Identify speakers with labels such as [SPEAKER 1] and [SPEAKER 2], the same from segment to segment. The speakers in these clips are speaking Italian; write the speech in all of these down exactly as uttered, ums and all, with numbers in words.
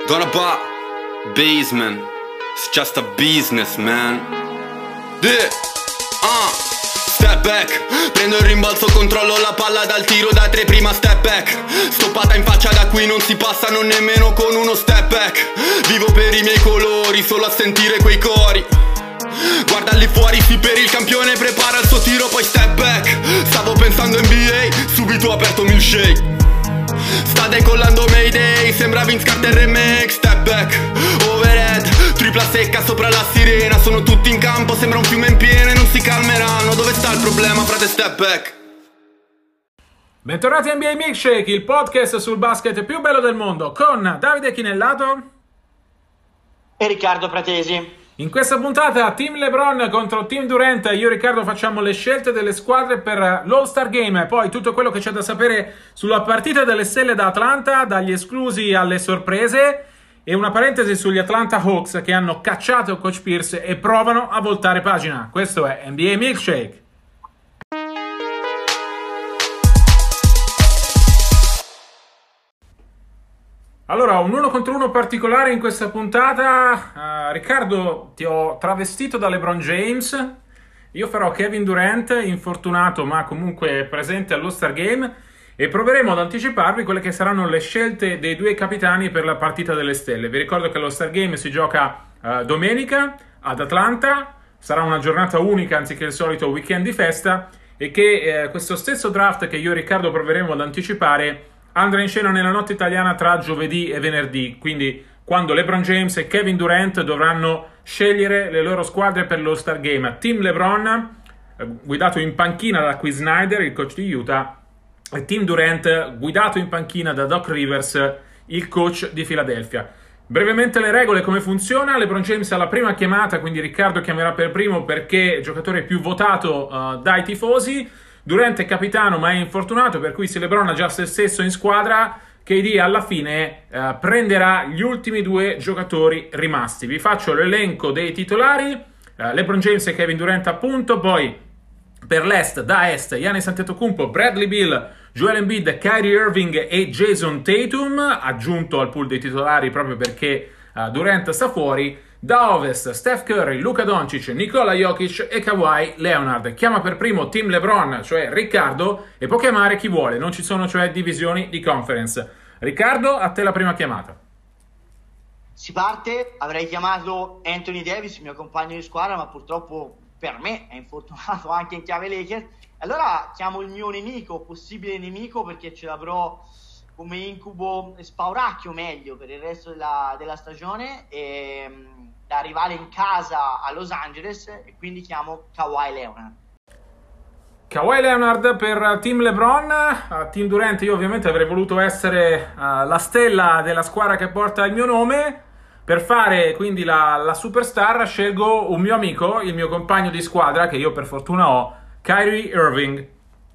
[SPEAKER 1] Gonna buy basement. It's just a business, man. Yeah. Uh. Step back. Prendo il rimbalzo, controllo la palla dal tiro da tre, prima step back. Stoppata in faccia, da qui non si passa non nemmeno con uno step back. Vivo per i miei colori, solo a sentire quei cori. Guarda lì fuori, sì, per il campione, prepara il suo tiro, poi step back. Stavo pensando N B A, subito ho aperto milkshake. Sta decollando Mayday, sembra Vince Carter remake. Step back, overhead, tripla secca sopra la sirena. Sono tutti in campo, sembra un fiume in piena e non si calmeranno. Dove sta il problema, frate, step back?
[SPEAKER 2] Bentornati a N B A Milkshake, il podcast sul basket più bello del mondo, con Davide Chinellato
[SPEAKER 3] e Riccardo Pratesi.
[SPEAKER 2] In questa puntata Team LeBron contro Team Durant. Io e Riccardo facciamo le scelte delle squadre per l'All-Star Game, poi tutto quello che c'è da sapere sulla partita delle stelle da Atlanta, dagli esclusi alle sorprese, e una parentesi sugli Atlanta Hawks che hanno cacciato Coach Pierce e provano a voltare pagina. Questo è N B A Milkshake. Allora, un uno contro uno particolare in questa puntata. uh, Riccardo, ti ho travestito da LeBron James. Io farò Kevin Durant, infortunato ma comunque presente all'All-Star Game, e proveremo ad anticiparvi quelle che saranno le scelte dei due capitani per la partita delle stelle. Vi ricordo che l'All-Star Game si gioca uh, domenica ad Atlanta. Sarà una giornata unica anziché il solito weekend di festa, e che eh, questo stesso draft che io e Riccardo proveremo ad anticipare andrà in scena nella notte italiana tra giovedì e venerdì, quindi quando LeBron James e Kevin Durant dovranno scegliere le loro squadre per l'All-Star Game. Team LeBron, guidato in panchina da Quinn Snyder, il coach di Utah, e Team Durant, guidato in panchina da Doc Rivers, il coach di Philadelphia. Brevemente le regole, come funziona: LeBron James alla prima chiamata, quindi Riccardo chiamerà per primo perché è il giocatore più votato uh, dai tifosi. Durant è capitano ma è infortunato, per cui se LeBron ha già se stesso in squadra, K D alla fine eh, prenderà gli ultimi due giocatori rimasti. Vi faccio l'elenco dei titolari: eh, LeBron James e Kevin Durant appunto, poi per l'Est, da Est, Giannis Antetokounmpo, Bradley Beal, Joel Embiid, Kyrie Irving e Jason Tatum, aggiunto al pool dei titolari proprio perché eh, Durant sta fuori. Da Ovest, Steph Curry, Luka Doncic, Nikola Jokic e Kawhi Leonard. Chiama per primo Team LeBron, cioè Riccardo, e può chiamare chi vuole, non ci sono cioè divisioni di conference. Riccardo, a te la prima chiamata.
[SPEAKER 3] Si parte, avrei chiamato Anthony Davis, il mio compagno di squadra, ma purtroppo per me è infortunato anche in chiave Lakers. Allora chiamo il mio nemico, possibile nemico, perché ce l'avrò come incubo, spauracchio meglio, per il resto della, della stagione, e da arrivare in casa a Los Angeles, e quindi chiamo Kawhi Leonard.
[SPEAKER 2] Kawhi Leonard per Team LeBron. uh, Team Durant, io ovviamente avrei voluto essere uh, la stella della squadra che porta il mio nome. Per fare quindi la, la superstar scelgo un mio amico, il mio compagno di squadra che io per fortuna ho, Kyrie Irving.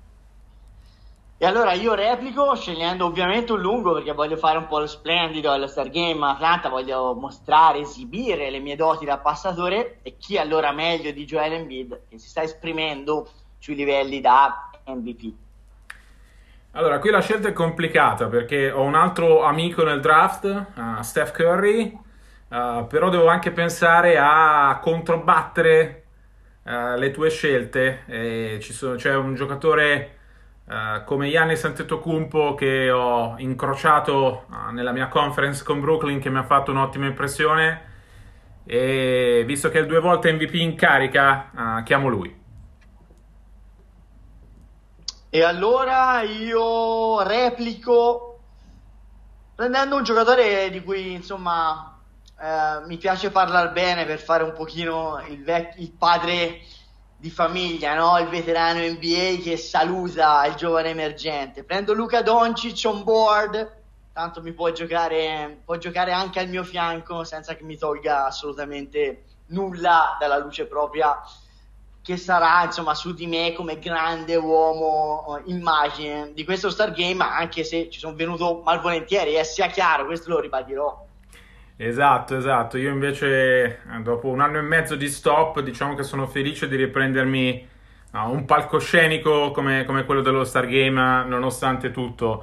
[SPEAKER 3] E allora io replico scegliendo ovviamente un lungo, perché voglio fare un po' lo splendido allo Star Game Atlanta, voglio mostrare, esibire le mie doti da passatore, e chi allora meglio di Joel Embiid, che si sta esprimendo sui livelli da M V P.
[SPEAKER 2] Allora, qui la scelta è complicata perché ho un altro amico nel draft, uh, Steph Curry, uh, però devo anche pensare a controbattere uh, le tue scelte. E ci sono, c'è un giocatore Uh, come Giannis Antetokounmpo che ho incrociato uh, nella mia conference con Brooklyn, che mi ha fatto un'ottima impressione, e visto che è il due volte M V P in carica, uh, chiamo lui.
[SPEAKER 3] E allora io replico prendendo un giocatore di cui insomma eh, mi piace parlare bene, per fare un pochino il, vec- il padre di famiglia, no? Il veterano N B A che saluta il giovane emergente. Prendo Luka Doncic on board, tanto mi può giocare, può giocare anche al mio fianco senza che mi tolga assolutamente nulla dalla luce propria che sarà insomma su di me come grande uomo immagine di questo Star Game, anche se ci sono venuto malvolentieri, e sia chiaro, questo lo ribadirò.
[SPEAKER 2] Esatto, esatto. Io invece dopo un anno e mezzo di stop, diciamo che sono felice di riprendermi uh, un palcoscenico come, come quello dello Star Game, nonostante tutto.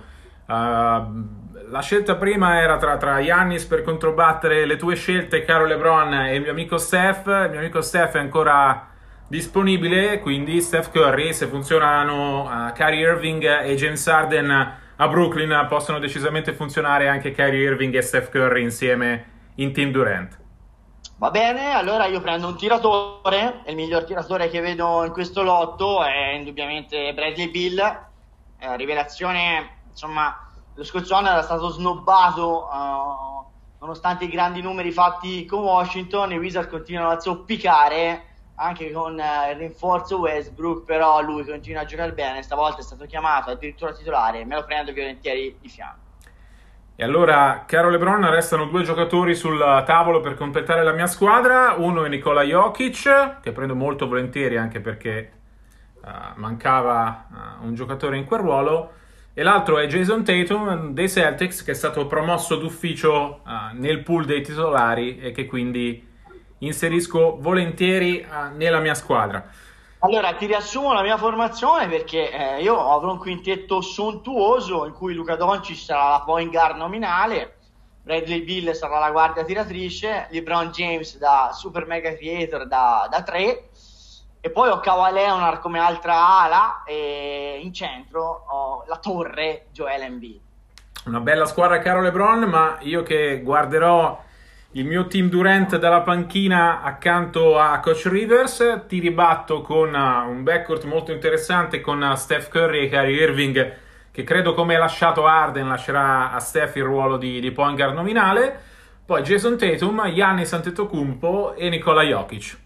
[SPEAKER 2] Uh, la scelta prima era tra, tra Giannis per controbattere le tue scelte, caro LeBron, e il mio amico Steph. Il mio amico Steph è ancora disponibile, quindi Steph Curry, se funzionano uh, Kyrie Irving e James Harden a Brooklyn, possono decisamente funzionare anche Kyrie Irving e Steph Curry insieme in Team Durant.
[SPEAKER 3] Va bene, allora io prendo un tiratore, e il miglior tiratore che vedo in questo lotto è indubbiamente Bradley Beal, eh, rivelazione, insomma, lo scorso anno era stato snobbato uh, nonostante i grandi numeri fatti con Washington. I Wizards continuano a zoppicare anche con uh, il rinforzo Westbrook, però lui continua a giocare bene, stavolta è stato chiamato addirittura titolare, me lo prendo volentieri di fianco.
[SPEAKER 2] E allora, caro LeBron, restano due giocatori sul tavolo per completare la mia squadra. Uno è Nikola Jokic, che prendo molto volentieri anche perché uh, mancava uh, un giocatore in quel ruolo, e l'altro è Jason Tatum dei Celtics, che è stato promosso d'ufficio uh, nel pool dei titolari e che quindi inserisco volentieri uh, nella mia squadra.
[SPEAKER 3] Allora, ti riassumo la mia formazione, perché eh, io avrò un quintetto sontuoso in cui Luka Doncic sarà la point guard nominale, Bradley Beal sarà la guardia tiratrice, LeBron James da super mega creator da, da tre, e poi ho Kawhi Leonard come altra ala, e in centro ho la torre Joel Embiid.
[SPEAKER 2] Una bella squadra, caro LeBron, ma io che guarderò il mio Team Durant dalla panchina accanto a Coach Rivers, ti ribatto con un backcourt molto interessante con Steph Curry e Kyrie Irving, che credo, come ha lasciato Harden, lascerà a Steph il ruolo di, di point guard nominale, poi Jason Tatum, Giannis Antetokounmpo e Nikola Jokic.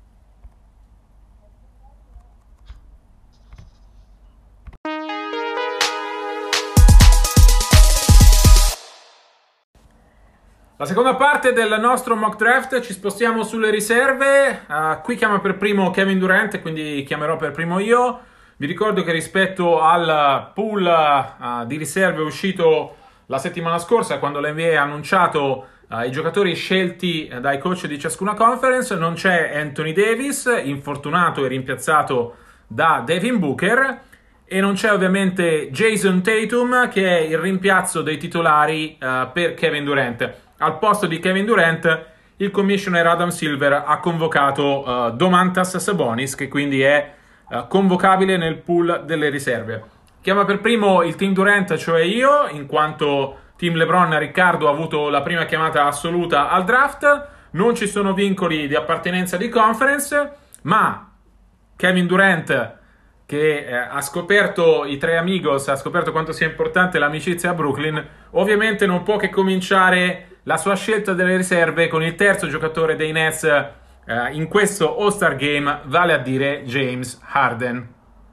[SPEAKER 2] La seconda parte del nostro mock draft, ci spostiamo sulle riserve. Uh, qui chiama per primo Kevin Durant, quindi chiamerò per primo io. Vi ricordo che rispetto al pool uh, di riserve uscito la settimana scorsa, quando l'N B A ha annunciato uh, i giocatori scelti dai coach di ciascuna conference, non c'è Anthony Davis, infortunato e rimpiazzato da Devin Booker, e non c'è ovviamente Jason Tatum, che è il rimpiazzo dei titolari uh, per Kevin Durant. Al posto di Kevin Durant, il commissioner Adam Silver ha convocato uh, Domantas Sabonis, che quindi è uh, convocabile nel pool delle riserve. Chiama per primo il Team Durant, cioè io, in quanto Team LeBron Riccardo ha avuto la prima chiamata assoluta al draft. Non ci sono vincoli di appartenenza di conference, ma Kevin Durant, che eh, ha scoperto i tre amigos, ha scoperto quanto sia importante l'amicizia a Brooklyn, ovviamente non può che cominciare la sua scelta delle riserve con il terzo giocatore dei Nets eh, in questo All-Star Game, vale a dire James Harden.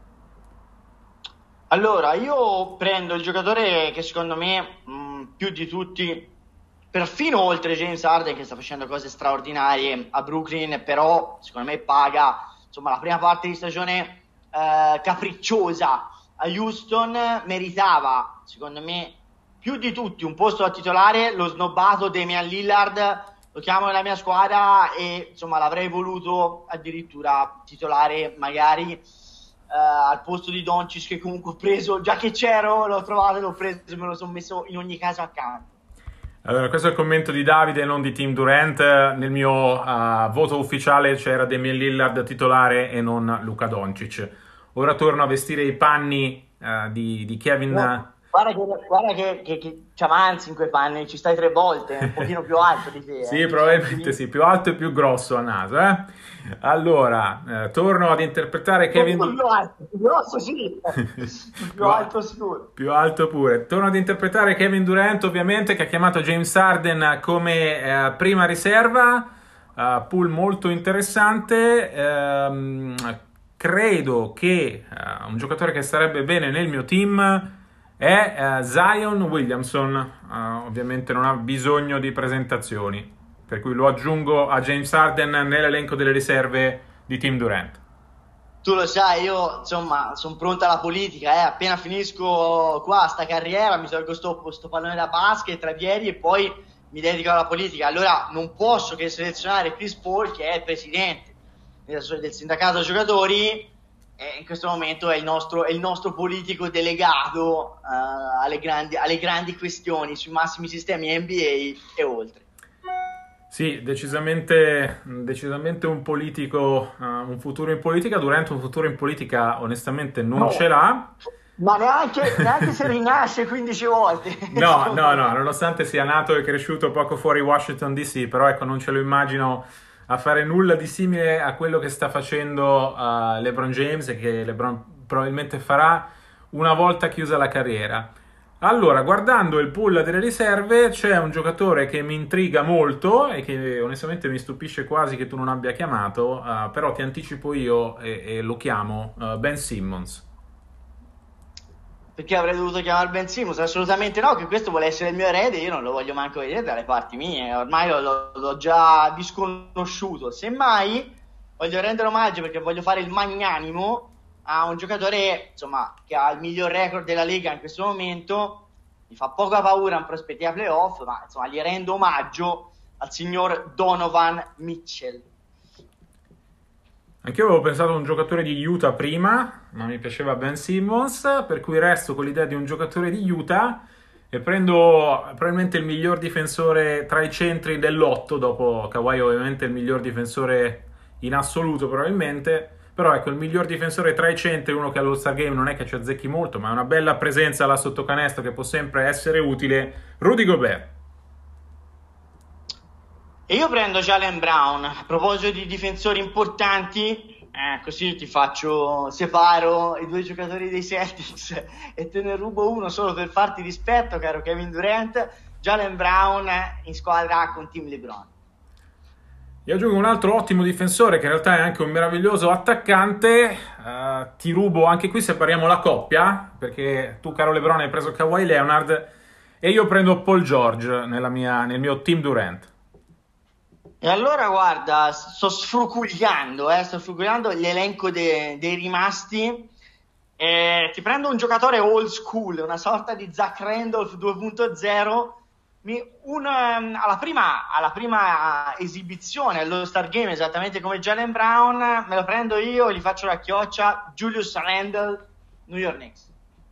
[SPEAKER 3] Allora, io prendo il giocatore che secondo me mh, più di tutti, perfino oltre James Harden, che sta facendo cose straordinarie a Brooklyn, però secondo me paga, insomma, la prima parte di stagione eh, capricciosa a Houston, meritava, secondo me, più di tutti un posto da titolare. Lo snobbato Damian Lillard lo chiamo nella mia squadra e insomma l'avrei voluto addirittura titolare, magari eh, al posto di Doncic, che comunque ho preso, già che c'ero, l'ho trovato, l'ho preso e me lo sono messo in ogni caso accanto.
[SPEAKER 2] Allora, questo è il commento di Davide, non di Team Durant. Nel mio uh, voto ufficiale c'era Damian Lillard titolare e non Luka Doncic. Ora torno a vestire i panni uh, di, di Kevin.
[SPEAKER 3] No. Guarda che, guarda che, che, che ci avanzi in quei panni, ci stai tre volte, un pochino più alto di te.
[SPEAKER 2] Sì,
[SPEAKER 3] eh.
[SPEAKER 2] probabilmente sì, più alto e più grosso a naso. Eh? Allora, eh, torno ad interpretare Kevin...
[SPEAKER 3] Più alto, più grosso sì, più, più alto sicuro.
[SPEAKER 2] Più alto pure. Torno ad interpretare Kevin Durant, ovviamente, che ha chiamato James Harden come eh, prima riserva, uh, pool molto interessante. Um, credo che uh, un giocatore che starebbe bene nel mio team è uh, Zion Williamson. Uh, ovviamente non ha bisogno di presentazioni, per cui lo aggiungo a James Harden nell'elenco delle riserve di Team Durant.
[SPEAKER 3] Tu lo sai, io insomma sono pronta alla politica, eh. Appena finisco qua sta carriera mi tolgo sto, sto pallone da basket tra i piedi e poi mi dedico alla politica. Allora non posso che selezionare Chris Paul, che è il presidente del, del sindacato giocatori, e in questo momento è il nostro, è il nostro politico delegato uh, alle, grandi, alle grandi questioni sui massimi sistemi N B A e oltre.
[SPEAKER 2] Sì, decisamente, decisamente un politico, uh, un futuro in politica. Durant un futuro in politica onestamente non
[SPEAKER 3] No.
[SPEAKER 2] ce l'ha.
[SPEAKER 3] Ma neanche, neanche se rinasce quindici volte.
[SPEAKER 2] No, no, no, nonostante sia nato e cresciuto poco fuori Washington D C, però ecco, non ce lo immagino a fare nulla di simile a quello che sta facendo uh, LeBron James e che LeBron probabilmente farà una volta chiusa la carriera. Allora, guardando il pool delle riserve, c'è un giocatore che mi intriga molto e che onestamente mi stupisce quasi che tu non abbia chiamato, uh, però ti anticipo io e, e lo chiamo uh, Ben Simmons.
[SPEAKER 3] Perché avrei dovuto chiamare Ben Simmons? Assolutamente no, che questo vuole essere il mio erede, io non lo voglio manco vedere dalle parti mie, ormai l'ho, l'ho già disconosciuto. Semmai voglio rendere omaggio, perché voglio fare il magnanimo a un giocatore, insomma, che ha il miglior record della Lega in questo momento, mi fa poca paura in prospettiva playoff, ma insomma gli rendo omaggio al signor Donovan Mitchell.
[SPEAKER 2] Anch'io avevo pensato a un giocatore di Utah prima, ma mi piaceva Ben Simmons, per cui resto con l'idea di un giocatore di Utah e prendo probabilmente il miglior difensore tra i centri dell'otto, dopo Kawhi ovviamente il miglior difensore in assoluto probabilmente, però ecco, il miglior difensore tra i centri, uno che all'All-Star Game non è che ci azzecchi molto, ma è una bella presenza là sotto canestro che può sempre essere utile, Rudy Gobert.
[SPEAKER 3] E io prendo Jaylen Brown. A proposito di difensori importanti, eh, così ti faccio, separo i due giocatori dei Celtics e te ne rubo uno solo per farti rispetto, caro Kevin Durant. Jaylen Brown in squadra con Team LeBron.
[SPEAKER 2] Io aggiungo un altro ottimo difensore che in realtà è anche un meraviglioso attaccante. Uh, ti rubo anche qui, separiamo la coppia, perché tu, caro LeBron, hai preso Kawhi Leonard e io prendo Paul George nella mia, nel mio Team Durant.
[SPEAKER 3] E allora guarda, sto sfrucugliando, eh, sto sfrucugliando l'elenco de- dei rimasti. E ti prendo un giocatore old school, una sorta di Zach Randolph due punto zero. Mi, una, alla, prima, alla prima esibizione allo Star Game, esattamente come Jaylen Brown, me lo prendo io e gli faccio la chioccia. Julius Randle, New York Knicks.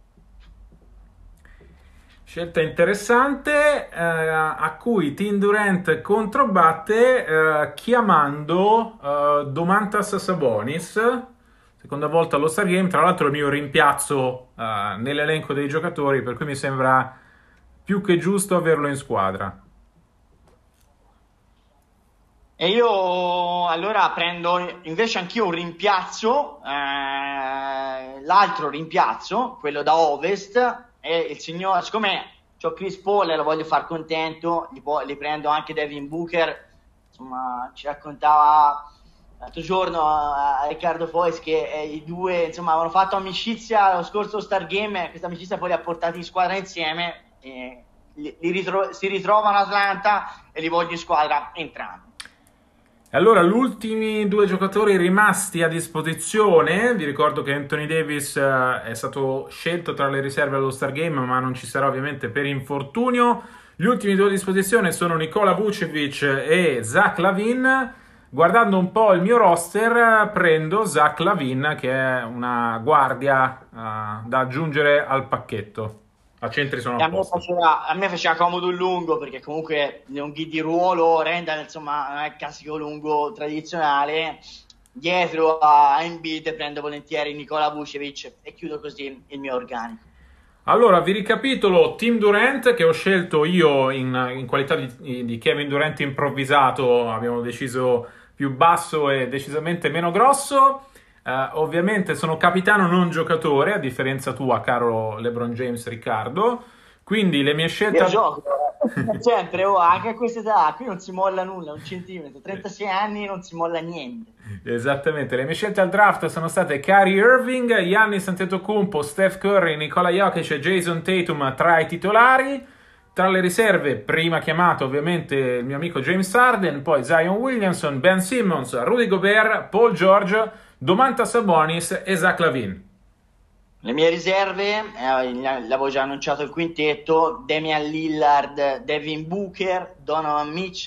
[SPEAKER 2] Scelta interessante, eh, a cui Team Durant controbatte eh, chiamando eh, Domantas Sabonis, seconda volta allo Star Game, tra l'altro il mio rimpiazzo eh, nell'elenco dei giocatori, per cui mi sembra più che giusto averlo in squadra.
[SPEAKER 3] E io allora prendo invece anch'io un rimpiazzo, eh, l'altro rimpiazzo, quello da Ovest. E il signor, siccome c'ho Chris Paul e lo voglio far contento, gli, po- gli prendo anche Devin Booker. Insomma, ci raccontava l'altro giorno a Riccardo Fois che eh, i due insomma avevano fatto amicizia lo scorso Star Game, e questa amicizia poi li ha portati in squadra insieme, e li, li ritro- si ritrovano a Atlanta e li voglio in squadra entrambi.
[SPEAKER 2] Allora, gli ultimi due giocatori rimasti a disposizione, vi ricordo che Anthony Davis uh, è stato scelto tra le riserve allo Star Game, ma non ci sarà ovviamente per infortunio. Gli ultimi due a disposizione sono Nikola Vucevic e Zach LaVine. Guardando un po' il mio roster, prendo Zach LaVine, che è una guardia uh, da aggiungere al pacchetto. A centri sono a
[SPEAKER 3] a, me
[SPEAKER 2] posto.
[SPEAKER 3] faceva, a me faceva comodo il lungo, perché comunque lunghi di ruolo, Randall insomma non è il classico lungo tradizionale. Dietro a Embiid prendo volentieri Nikola Vucevic e chiudo così il mio organico.
[SPEAKER 2] Allora, vi ricapitolo Team Durant, che ho scelto io in, in qualità di, di Kevin Durant improvvisato, abbiamo deciso più basso e decisamente meno grosso. Uh, ovviamente sono capitano non giocatore, a differenza tua, caro LeBron James Riccardo, quindi le mie scelte...
[SPEAKER 3] Io gioco sempre, oh, anche a questa età, qui non si molla nulla, un centimetro, trentasei anni non si molla niente.
[SPEAKER 2] Esattamente, le mie scelte al draft sono state Kyrie Irving, Giannis Antetokounmpo, Steph Curry, Nikola Jokic e Jason Tatum tra i titolari. Tra le riserve, prima chiamato ovviamente il mio amico James Harden, poi Zion Williamson, Ben Simmons, Rudy Gobert, Paul George, Domantas Sabonis e Zach LaVine.
[SPEAKER 3] Le mie riserve, eh, l'avevo già annunciato il quintetto: Damian Lillard, Devin Booker, Donovan Mitchell,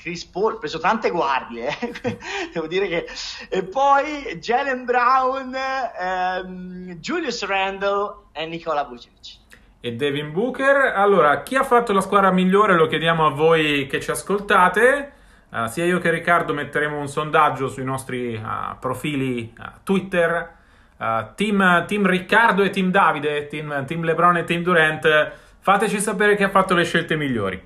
[SPEAKER 3] Chris Paul, ho preso tante guardie, eh. Devo dire che... E poi Jaylen Brown, ehm, Julius Randle e Nikola Vucevic.
[SPEAKER 2] E Devin Booker. Allora, chi ha fatto la squadra migliore lo chiediamo a voi che ci ascoltate. Uh, sia io che Riccardo metteremo un sondaggio sui nostri uh, profili uh, Twitter. Uh, team, team Riccardo e Team Davide, team, team LeBron e Team Durant. Fateci sapere chi ha fatto le scelte migliori.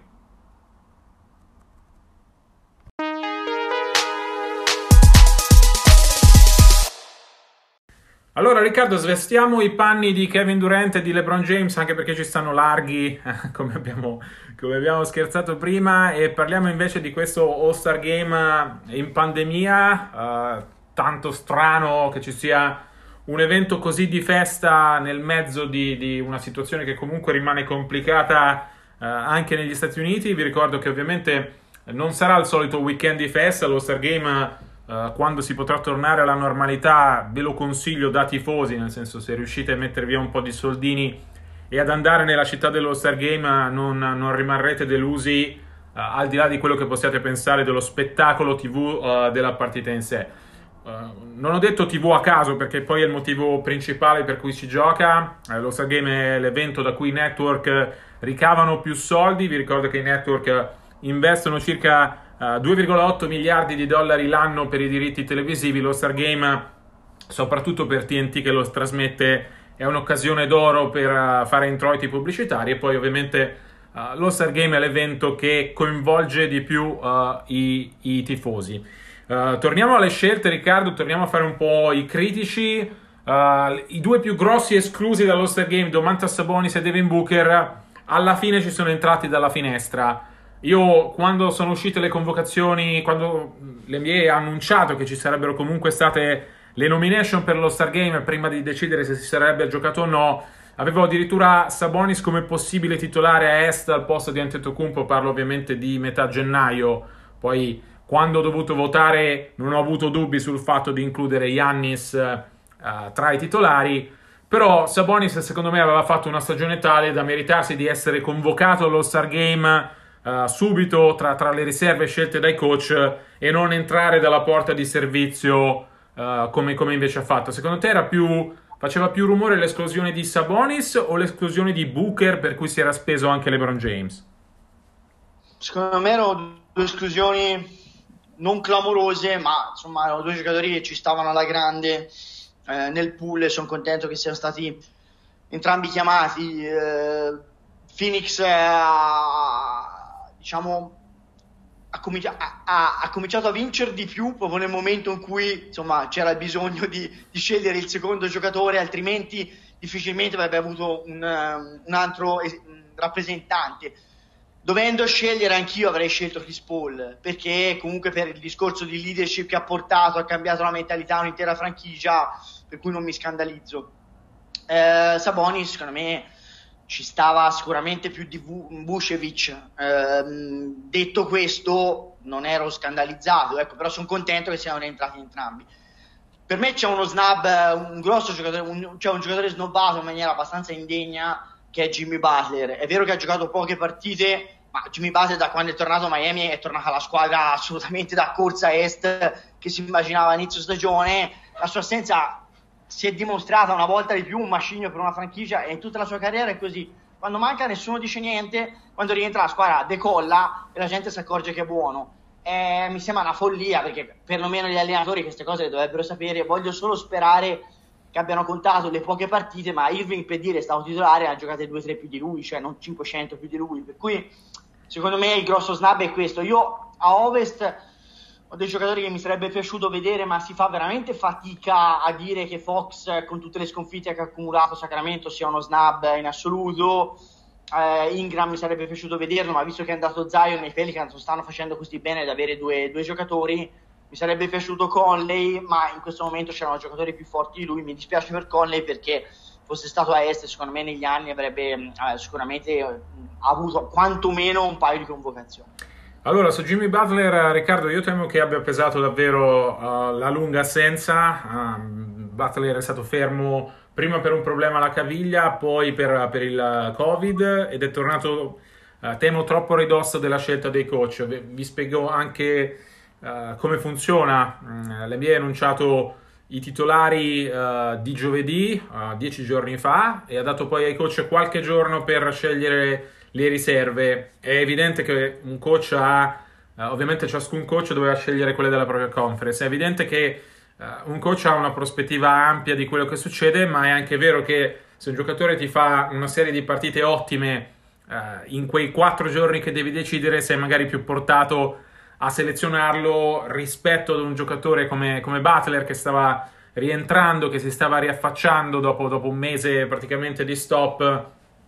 [SPEAKER 2] Allora Riccardo, svestiamo i panni di Kevin Durant e di LeBron James, anche perché ci stanno larghi, come abbiamo, come abbiamo scherzato prima, e parliamo invece di questo All-Star Game in pandemia. Uh, tanto strano che ci sia un evento così di festa nel mezzo di, di una situazione che comunque rimane complicata uh, anche negli Stati Uniti. Vi ricordo che ovviamente non sarà il solito weekend di festa, l'All-Star Game... Uh, quando si potrà tornare alla normalità ve lo consiglio da tifosi, nel senso, se riuscite a mettere via un po' di soldini e ad andare nella città dello Star Game non, non rimarrete delusi, uh, al di là di quello che possiate pensare dello spettacolo tivù uh, della partita in sé. Uh, non ho detto tivù a caso, perché poi è il motivo principale per cui si gioca. Uh, lo Star Game è l'evento da cui i network ricavano più soldi. Vi ricordo che i network investono circa Uh, due virgola otto miliardi di dollari l'anno per i diritti televisivi. Lo Star Game, soprattutto per T N T che lo trasmette, è un'occasione d'oro per uh, fare introiti pubblicitari. E poi ovviamente uh, lo Star Game è l'evento che coinvolge di più uh, i, i tifosi. Uh, torniamo alle scelte, Riccardo, torniamo a fare un po' i critici. Uh, I due più grossi esclusi dallo Star Game, Domantas Sabonis e Devin Booker, alla fine ci sono entrati dalla finestra. Io, quando sono uscite le convocazioni, quando l'N B A ha annunciato che ci sarebbero comunque state le nomination per lo Star Game prima di decidere se si sarebbe giocato o no, avevo addirittura Sabonis come possibile titolare a Est al posto di Antetokounmpo. Parlo ovviamente di metà gennaio. Poi, quando ho dovuto votare, non ho avuto dubbi sul fatto di includere Giannis uh, tra i titolari. Però Sabonis, secondo me, aveva fatto una stagione tale da meritarsi di essere convocato allo Star Game Uh, subito tra, tra le riserve scelte dai coach e non entrare dalla porta di servizio uh, come, come invece ha fatto. Secondo te era più, faceva più rumore l'esclusione di Sabonis o l'esclusione di Booker, per cui si era speso anche LeBron James?
[SPEAKER 3] Secondo me erano due esclusioni non clamorose, ma insomma erano due giocatori che ci stavano alla grande eh, nel pool, e sono contento che siano stati entrambi chiamati. eh, Phoenix ha diciamo ha, cominci- ha, ha, ha cominciato a vincere di più proprio nel momento in cui insomma c'era il bisogno di, di scegliere il secondo giocatore, altrimenti difficilmente avrebbe avuto un, un altro es- rappresentante. Dovendo scegliere, anch'io avrei scelto Chris Paul, perché comunque per il discorso di leadership che ha portato, ha cambiato la mentalità a un'intera franchigia, per cui non mi scandalizzo. eh, Sabonis secondo me ci stava sicuramente più di Vucevic. Eh, detto questo, non ero scandalizzato, ecco, però sono contento che siano rientrati entrambi. Per me c'è uno snub, un grosso giocatore, un, cioè un giocatore snobbato in maniera abbastanza indegna, che è Jimmy Butler. È vero che ha giocato poche partite, ma Jimmy Butler, da quando è tornato a Miami, è tornata alla squadra assolutamente da corsa est che si immaginava a inizio stagione. La sua assenza si è dimostrata una volta di più un macigno per una franchigia, e in tutta la sua carriera è così. Quando manca nessuno dice niente, quando rientra la squadra decolla e la gente si accorge che è buono. Eh, mi sembra una follia, perché perlomeno gli allenatori queste cose le dovrebbero sapere. Voglio solo sperare che abbiano contato le poche partite, ma Irving, per dire, è stato titolare, ha giocato due tre più di lui, cioè non cinquecento più di lui, per cui secondo me il grosso snub è questo. Io a Ovest ho dei giocatori che mi sarebbe piaciuto vedere, ma si fa veramente fatica a dire che Fox, con tutte le sconfitte che ha accumulato a Sacramento, sia uno snub in assoluto. eh, Ingram mi sarebbe piaciuto vederlo, ma visto che è andato Zion, i Pelicans non stanno facendo così bene ad avere due, due giocatori. Mi sarebbe piaciuto Conley, ma in questo momento c'erano giocatori più forti di lui. Mi dispiace per Conley, perché fosse stato a Est, secondo me negli anni avrebbe eh, sicuramente eh, avuto quantomeno un paio di convocazioni.
[SPEAKER 2] Allora, su Jimmy Butler, Riccardo, io temo che abbia pesato davvero uh, la lunga assenza. Uh, Butler è stato fermo prima per un problema alla caviglia, poi per, per il Covid, ed è tornato uh, uh, temo troppo a ridosso della scelta dei coach. Vi, vi spiego anche uh, come funziona. Uh, L'N B A ha annunciato i titolari uh, di giovedì, uh, dieci giorni fa, e ha dato poi ai coach qualche giorno per scegliere le riserve. È evidente che un coach ha, uh, ovviamente ciascun coach doveva scegliere quelle della propria conference. È evidente che uh, un coach ha una prospettiva ampia di quello che succede, ma è anche vero che se un giocatore ti fa una serie di partite ottime uh, in quei quattro giorni che devi decidere, sei magari più portato a selezionarlo rispetto ad un giocatore come, come Butler, che stava rientrando, che si stava riaffacciando dopo, dopo un mese praticamente di stop.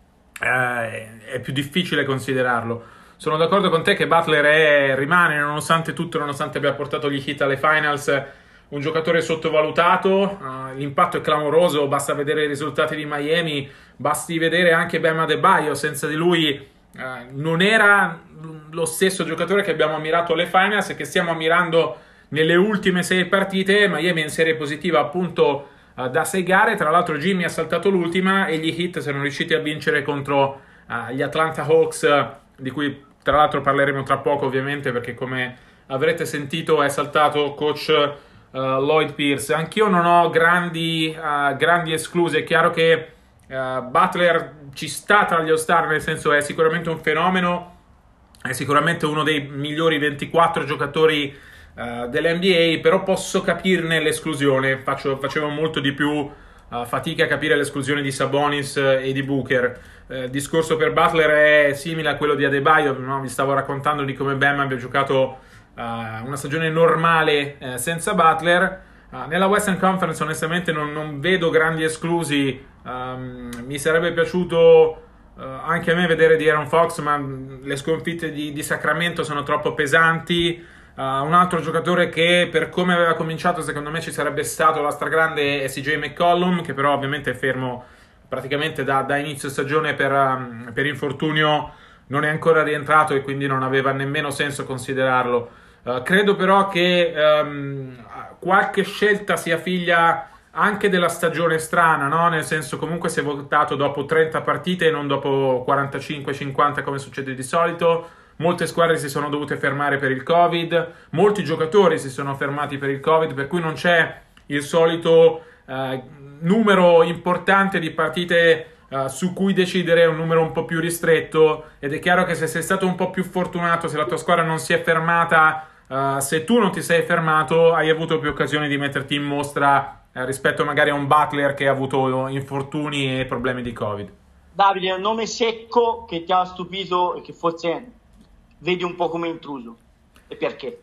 [SPEAKER 2] Eh, è più difficile considerarlo. Sono d'accordo con te che Butler è, rimane, nonostante tutto, nonostante abbia portato gli Heat alle finals, un giocatore sottovalutato. Uh, l'impatto è clamoroso, basta vedere i risultati di Miami, basti vedere anche Bam Adebayo. Senza di lui uh, non era lo stesso giocatore che abbiamo ammirato alle finals e che stiamo ammirando nelle ultime sei partite. Miami è in serie positiva appunto uh, da sei gare. Tra l'altro Jimmy ha saltato l'ultima e gli Heat sono riusciti a vincere contro uh, gli Atlanta Hawks, uh, di cui tra l'altro parleremo tra poco ovviamente, perché come avrete sentito è saltato coach uh, Lloyd Pierce. Anch'io non ho grandi, uh, grandi escluse. È chiaro che uh, Butler ci sta tra gli All-Star, nel senso è sicuramente un fenomeno, è sicuramente uno dei migliori ventiquattro giocatori uh, dell'N B A, però posso capirne l'esclusione. Faccio, facevo molto di più uh, fatica a capire l'esclusione di Sabonis e di Booker. Uh, il discorso per Butler è simile a quello di Adebayo, no? Vi stavo raccontando di come Bam abbia giocato uh, una stagione normale uh, senza Butler. Uh, nella Western Conference onestamente non, non vedo grandi esclusi. Um, mi sarebbe piaciuto Uh, anche a me vedere di Aaron Fox, ma le sconfitte di, di Sacramento sono troppo pesanti. Uh, un altro giocatore che per come aveva cominciato secondo me ci sarebbe stato la stragrande è C J McCollum, che però ovviamente è fermo praticamente da, da inizio stagione per, um, per infortunio, non è ancora rientrato e quindi non aveva nemmeno senso considerarlo. Uh, credo però che um, qualche scelta sia figlia anche della stagione strana, no? Nel senso, comunque si è votato dopo trenta partite e non dopo quarantacinque cinquanta come succede di solito. Molte squadre si sono dovute fermare per il Covid, molti giocatori si sono fermati per il Covid, per cui non c'è il solito eh, numero importante di partite eh, su cui decidere, un numero un po' più ristretto. Ed è chiaro che se sei stato un po' più fortunato, se la tua squadra non si è fermata, eh, se tu non ti sei fermato, hai avuto più occasioni di metterti in mostra rispetto magari a un Butler che ha avuto infortuni e problemi di Covid.
[SPEAKER 3] Davide, un nome secco che ti ha stupito e che forse vedi un po' come intruso, e perché?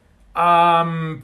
[SPEAKER 2] Um,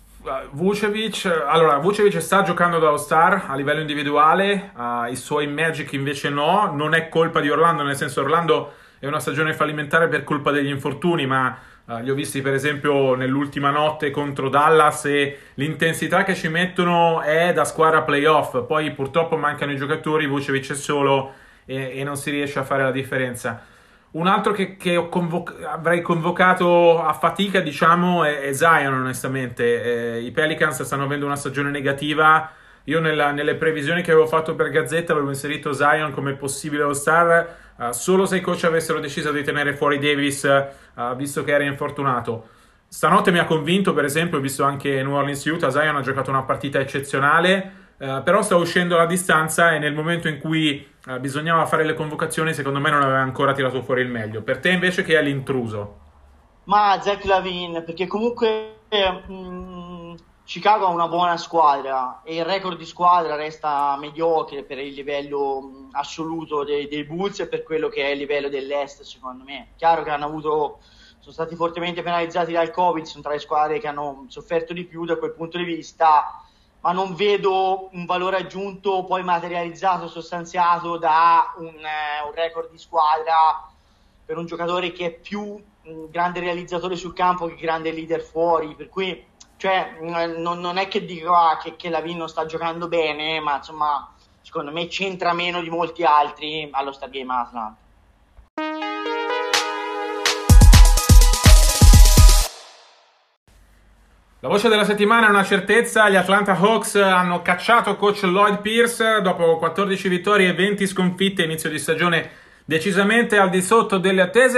[SPEAKER 2] Vucevic, allora Vucevic sta giocando da All-Star a livello individuale, uh, i suoi Magic invece no. Non è colpa di Orlando, nel senso Orlando è una stagione fallimentare per colpa degli infortuni, ma Uh, li ho visti per esempio nell'ultima notte contro Dallas e l'intensità che ci mettono è da squadra playoff. Poi purtroppo mancano i giocatori, Vucevic è solo e, e non si riesce a fare la differenza. Un altro che, che ho convoc- avrei convocato a fatica, diciamo, è, è Zion onestamente. Eh, I Pelicans stanno avendo una stagione negativa. Io nella, nelle previsioni che avevo fatto per Gazzetta avevo inserito Zion come possibile All-Star uh, solo se i coach avessero deciso di tenere fuori Davis, uh, visto che era infortunato. Stanotte mi ha convinto, per esempio, ho visto anche New Orleans Utah. Zion ha giocato una partita eccezionale, uh, però sta uscendo la distanza e nel momento in cui uh, bisognava fare le convocazioni secondo me non aveva ancora tirato fuori il meglio. Per te invece che è l'intruso?
[SPEAKER 3] Ma Zach LaVine, perché comunque mh, Chicago ha una buona squadra e il record di squadra resta mediocre per il livello mh, assoluto dei, dei Bulls e per quello che è il livello dell'Est, secondo me. Chiaro che hanno avuto, sono stati fortemente penalizzati dal Covid, sono tra le squadre che hanno sofferto di più da quel punto di vista, ma non vedo un valore aggiunto poi materializzato, sostanziato da un, eh, un record di squadra per un giocatore che è più un grande realizzatore sul campo che grande leader fuori, per cui cioè non, non è che dico ah, che, che LaVine non sta giocando bene, ma insomma secondo me c'entra meno di molti altri allo Star Game a Atlanta.
[SPEAKER 2] La voce della settimana è una certezza: gli Atlanta Hawks hanno cacciato coach Lloyd Pierce dopo quattordici vittorie e venti sconfitte, inizio di stagione decisamente al di sotto delle attese.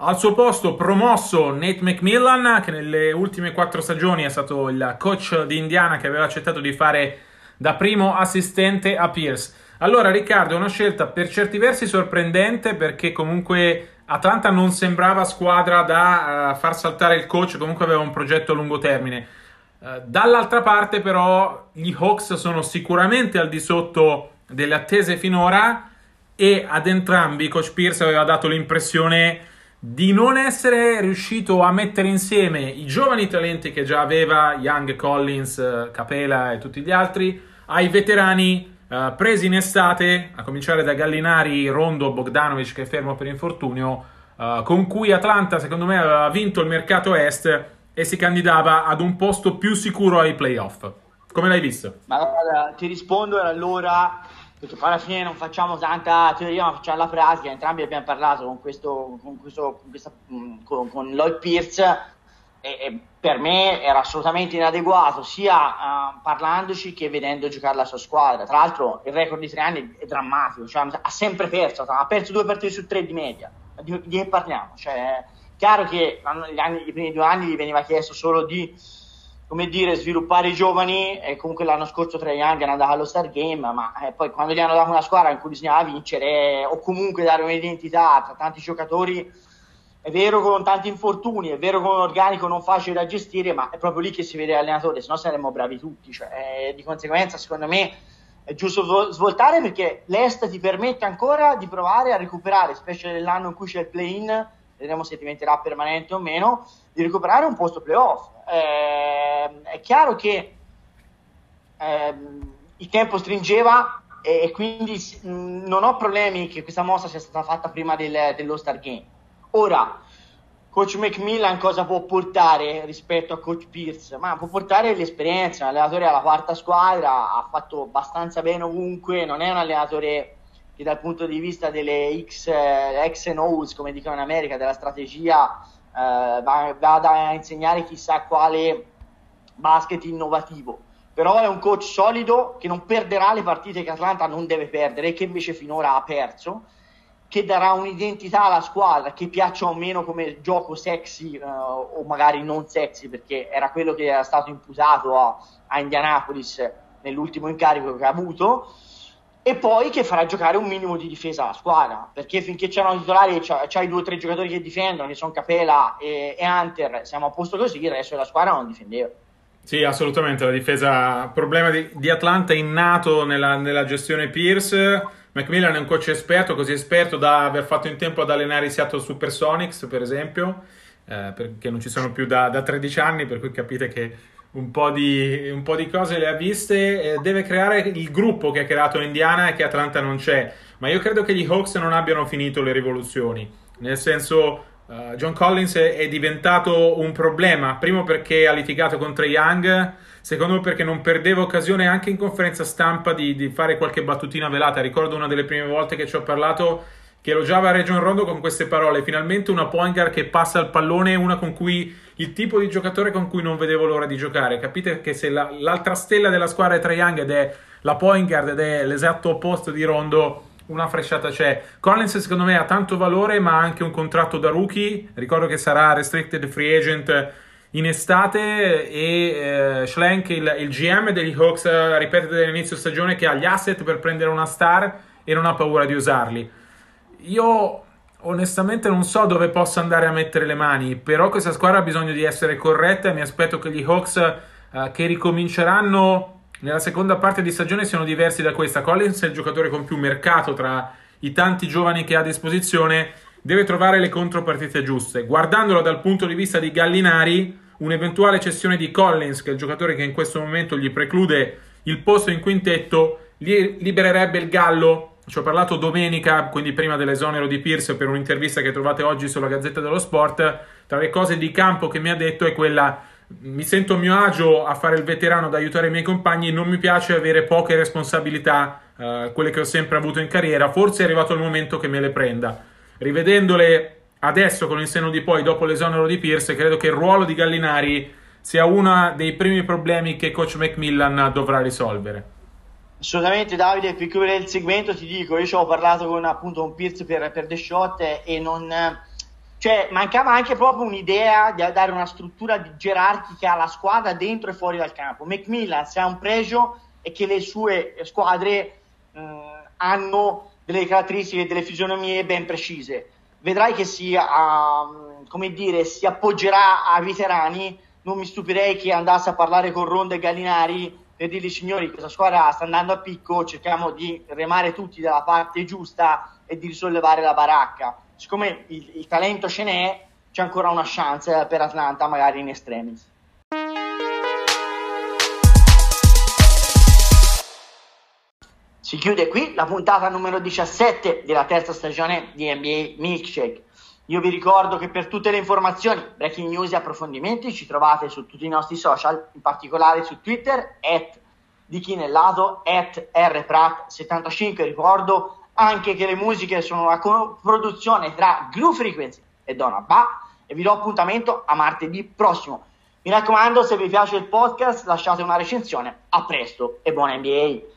[SPEAKER 2] Al suo posto promosso Nate McMillan, che nelle ultime quattro stagioni è stato il coach di Indiana, che aveva accettato di fare da primo assistente a Pierce. Allora Riccardo, è una scelta per certi versi sorprendente, perché comunque Atlanta non sembrava squadra da uh, far saltare il coach, comunque aveva un progetto a lungo termine. Uh, dall'altra parte però gli Hawks sono sicuramente al di sotto delle attese finora, e ad entrambi coach Pierce aveva dato l'impressione di non essere riuscito a mettere insieme i giovani talenti che già aveva, Young, Collins, Capela e tutti gli altri, ai veterani uh, presi in estate, a cominciare da Gallinari, Rondo, Bogdanovic che è fermo per infortunio, uh, con cui Atlanta secondo me aveva vinto il mercato est e si candidava ad un posto più sicuro ai playoff. Come l'hai visto?
[SPEAKER 3] Ma guarda, ti rispondo e allora, perché poi alla fine non facciamo tanta teoria, ma facciamo la pratica. Entrambi abbiamo parlato con questo, con, questo, con, questa, con, con Lloyd Pierce, e, e per me era assolutamente inadeguato, sia uh, parlandoci che vedendo giocare la sua squadra. Tra l'altro il record di tre anni è drammatico, cioè, ha sempre perso, ha perso due partite su tre di media. Di, di che parliamo? Cioè, è chiaro che gli anni, i primi due anni gli veniva chiesto solo di, come dire, sviluppare i giovani, e comunque l'anno scorso Trae Young è andato allo Star Game, ma eh, poi quando gli hanno dato una squadra in cui bisognava vincere o comunque dare un'identità tra tanti giocatori, è vero con tanti infortuni, è vero con un organico non facile da gestire, ma è proprio lì che si vede l'allenatore, se no saremmo bravi tutti, cioè, eh, di conseguenza secondo me è giusto svoltare, perché l'Est ti permette ancora di provare a recuperare, specie nell'anno in cui c'è il play-in, vedremo se diventerà permanente o meno, di recuperare un posto playoff. Eh, è chiaro che eh, il tempo stringeva, e, e quindi mh, non ho problemi che questa mossa sia stata fatta prima del, dello Star Game. Ora, coach McMillan cosa può portare rispetto a coach Pierce? Ma può portare l'esperienza, un allenatore alla quarta squadra, ha fatto abbastanza bene ovunque, non è un allenatore che dal punto di vista delle X, eh, X and O's, come dicono in America, della strategia, eh, va, va a insegnare chissà quale basket innovativo. Però è un coach solido che non perderà le partite che Atlanta non deve perdere e che invece finora ha perso, che darà un'identità alla squadra, che piaccia o meno come gioco sexy, eh, o magari non sexy, perché era quello che era stato imputato a, a Indianapolis nell'ultimo incarico che ha avuto, e poi che farà giocare un minimo di difesa alla squadra, perché finché c'erano titolari, c'hai, c'hai due o tre giocatori che difendono, che sono Capela e, e Hunter, siamo a posto così, il resto della squadra non difendeva.
[SPEAKER 2] Sì, assolutamente, la difesa, problema di, di Atlanta innato nella, nella gestione Pierce. McMillan è un coach esperto, così esperto da aver fatto in tempo ad allenare i Seattle Supersonics, per esempio, eh, perché non ci sono più da, da tredici anni, per cui capite che un po' di, un po' di cose le ha viste. Eh, deve creare il gruppo che ha creato Indiana e che Atlanta non c'è, ma io credo che gli Hawks non abbiano finito le rivoluzioni, nel senso uh, John Collins è, è diventato un problema, primo perché ha litigato con Trae Young, secondo me perché non perdeva occasione anche in conferenza stampa di, di fare qualche battutina velata. Ricordo una delle prime volte che ci ho parlato che elogiava Rajon Rondo con queste parole: finalmente una point guard che passa il pallone, una con cui il tipo di giocatore con cui non vedevo l'ora di giocare. Capite che se la, l'altra stella della squadra è Trae Young ed è la point guard ed è l'esatto opposto di Rondo, una fresciata c'è. Collins secondo me ha tanto valore, ma ha anche un contratto da rookie, ricordo che sarà restricted free agent in estate, e eh, Schlenk, il, il G M degli Hawks, eh, ripete dall'inizio stagione che ha gli asset per prendere una star e non ha paura di usarli. Io onestamente non so dove possa andare a mettere le mani, però questa squadra ha bisogno di essere corretta e mi aspetto che gli Hawks eh, che ricominceranno nella seconda parte di stagione siano diversi da questa. Collins è il giocatore con più mercato tra i tanti giovani che ha a disposizione, deve trovare le contropartite giuste. Guardandolo dal punto di vista di Gallinari, un'eventuale cessione di Collins, che è il giocatore che in questo momento gli preclude il posto in quintetto, gli libererebbe il Gallo. Ci ho parlato domenica, quindi prima dell'esonero di Pierce, per un'intervista che trovate oggi sulla Gazzetta dello Sport. Tra le cose di campo che mi ha detto è quella: mi sento a mio agio a fare il veterano, ad aiutare i miei compagni, non mi piace avere poche responsabilità, eh, quelle che ho sempre avuto in carriera, forse è arrivato il momento che me le prenda. Rivedendole adesso con il senno di poi, dopo l'esonero di Pierce, credo che il ruolo di Gallinari sia uno dei primi problemi che coach McMillan dovrà risolvere.
[SPEAKER 3] Assolutamente, Davide. Per chiudere il segmento ti dico, io ci ho parlato con appunto un Pierce per, per The Shot, e non, cioè mancava anche proprio un'idea di dare una struttura gerarchica alla squadra dentro e fuori dal campo. McMillan se ha un pregio è che le sue squadre mh, hanno delle caratteristiche, delle fisionomie ben precise. Vedrai che si, uh, come dire, si appoggerà ai veterani. Non mi stupirei che andasse a parlare con Ronda e Gallinari per dirgli: signori, questa squadra sta andando a picco, cerchiamo di remare tutti dalla parte giusta e di risollevare la baracca. Siccome il, il talento ce n'è, c'è ancora una chance per Atlanta, magari in extremis. Si chiude qui la puntata numero diciassette della terza stagione di N B A Milkshake. Io vi ricordo che per tutte le informazioni, breaking news e approfondimenti ci trovate su tutti i nostri social, in particolare su Twitter, at di chi nel lato, at rprat settantacinque. Ricordo anche che le musiche sono una coproduzione tra Glue Frequency e Donna Ba, e vi do appuntamento a martedì prossimo. Mi raccomando, se vi piace il podcast lasciate una recensione. A presto e buona N B A!